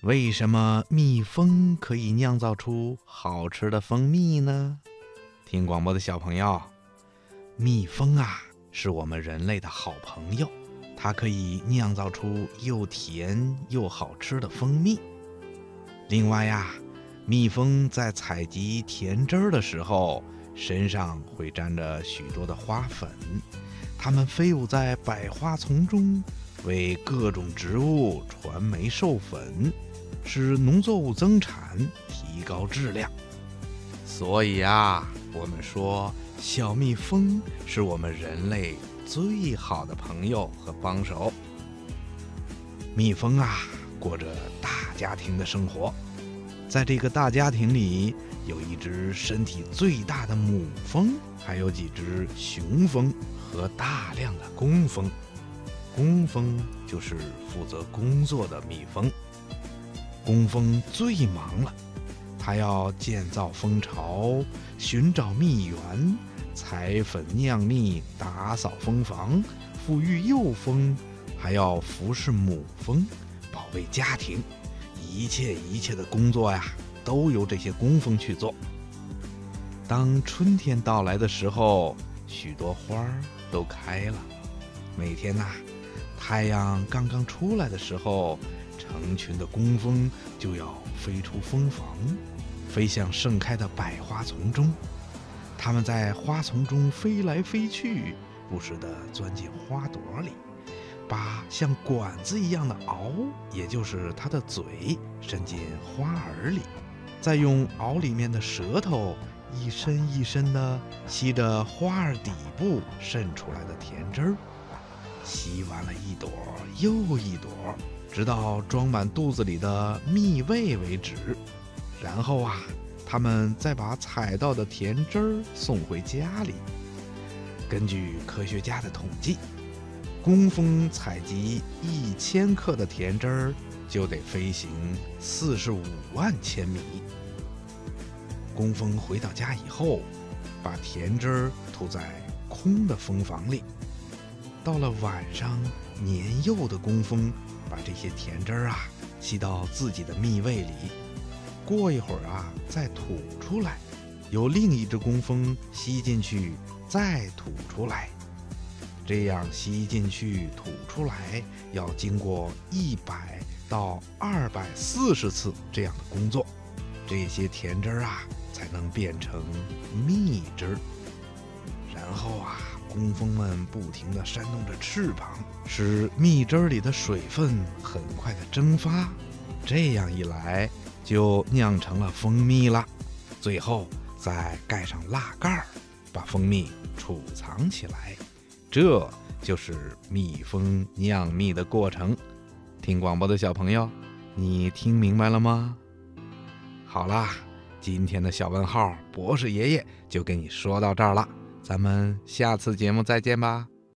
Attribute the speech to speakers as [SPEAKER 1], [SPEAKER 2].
[SPEAKER 1] 为什么蜜蜂可以酿造出好吃的蜂蜜呢？听广播的小朋友，蜜蜂是我们人类的好朋友，它可以酿造出又甜又好吃的蜂蜜。另外蜜蜂在采集甜汁儿的时候，身上会沾着许多的花粉，它们飞舞在百花丛中，为各种植物传媒授粉，使农作物增产，提高质量。所以我们说小蜜蜂是我们人类最好的朋友和帮手。蜜蜂过着大家庭的生活，在这个大家庭里，有一只身体最大的母蜂，还有几只雄蜂和大量的工蜂。工蜂就是负责工作的蜜蜂。工蜂最忙了，它要建造蜂巢，寻找蜜源，采粉酿蜜，打扫蜂房，抚育幼蜂，还要服侍母蜂，保卫家庭。一切的工作都由这些工蜂去做。当春天到来的时候，许多花儿都开了。每天太阳刚刚出来的时候，成群的工蜂就要飞出蜂房，飞向盛开的百花丛中。它们在花丛中飞来飞去，不时地钻进花朵里，把像管子一样的螯，也就是它的嘴，伸进花耳里，再用螯里面的舌头一伸一伸地吸着花儿底部渗出来的甜汁儿，吸完了一朵又一朵，直到装满肚子里的蜜味为止。然后他们再把采到的甜汁儿送回家里。根据科学家的统计，工蜂采集1000克的甜汁儿，就得飞行45万千米。工蜂回到家以后，把甜汁儿吐在空的蜂房里。到了晚上，年幼的工蜂把这些甜汁儿吸到自己的蜜胃里，过一会儿再吐出来，由另一只工蜂吸进去，再吐出来。这样吸进去吐出来要经过100到240次这样的工作，这些甜汁儿才能变成蜜汁。然后工蜂们不停地扇动着翅膀，使蜜汁里的水分很快地蒸发，这样一来就酿成了蜂蜜了。最后再盖上蜡盖儿，把蜂蜜储藏起来。这就是蜜蜂酿蜜的过程。听广播的小朋友，你听明白了吗？好啦，今天的小问号博士爷爷就跟你说到这儿了，咱们下次节目再见吧。